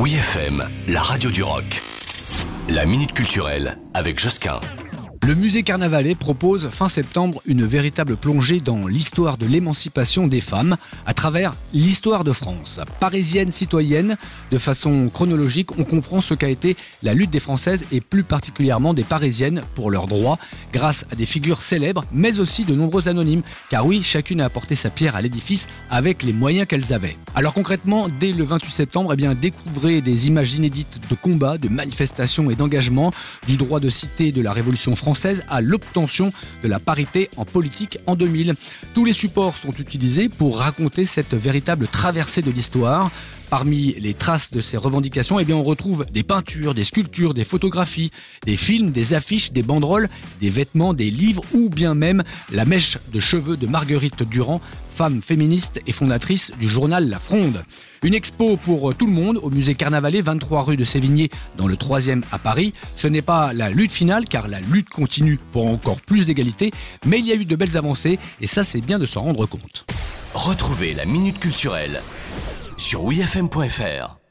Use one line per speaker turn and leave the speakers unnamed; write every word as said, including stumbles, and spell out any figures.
Oui F M, la radio du rock. La minute culturelle avec Josquin.
Le musée Carnavalet propose fin septembre une véritable plongée dans l'histoire de l'émancipation des femmes à travers l'histoire de France. Parisienne citoyenne, de façon chronologique, on comprend ce qu'a été la lutte des Françaises et plus particulièrement des Parisiennes pour leurs droits grâce à des figures célèbres mais aussi de nombreux anonymes. Car oui, chacune a apporté sa pierre à l'édifice avec les moyens qu'elles avaient. Alors concrètement, dès le vingt-huit septembre, eh bien, découvrez des images inédites de combats, de manifestations et d'engagement, du droit de cité de la Révolution française à l'obtention de la parité en politique en deux mille. Tous les supports sont utilisés pour raconter cette véritable traversée de l'histoire. Parmi les traces de ces revendications, eh bien, on retrouve des peintures, des sculptures, des photographies, des films, des affiches, des banderoles, des vêtements, des livres ou bien même la mèche de cheveux de Marguerite Durand, femme féministe et fondatrice du journal La Fronde. Une expo pour tout le monde au musée Carnavalet, vingt-trois rue de Sévigné, dans le troisième à Paris. Ce n'est pas la lutte finale, car la lutte continue pour encore plus d'égalité, mais il y a eu de belles avancées et ça, c'est bien de s'en rendre compte.
Retrouvez la minute culturelle sur oui f m point f r.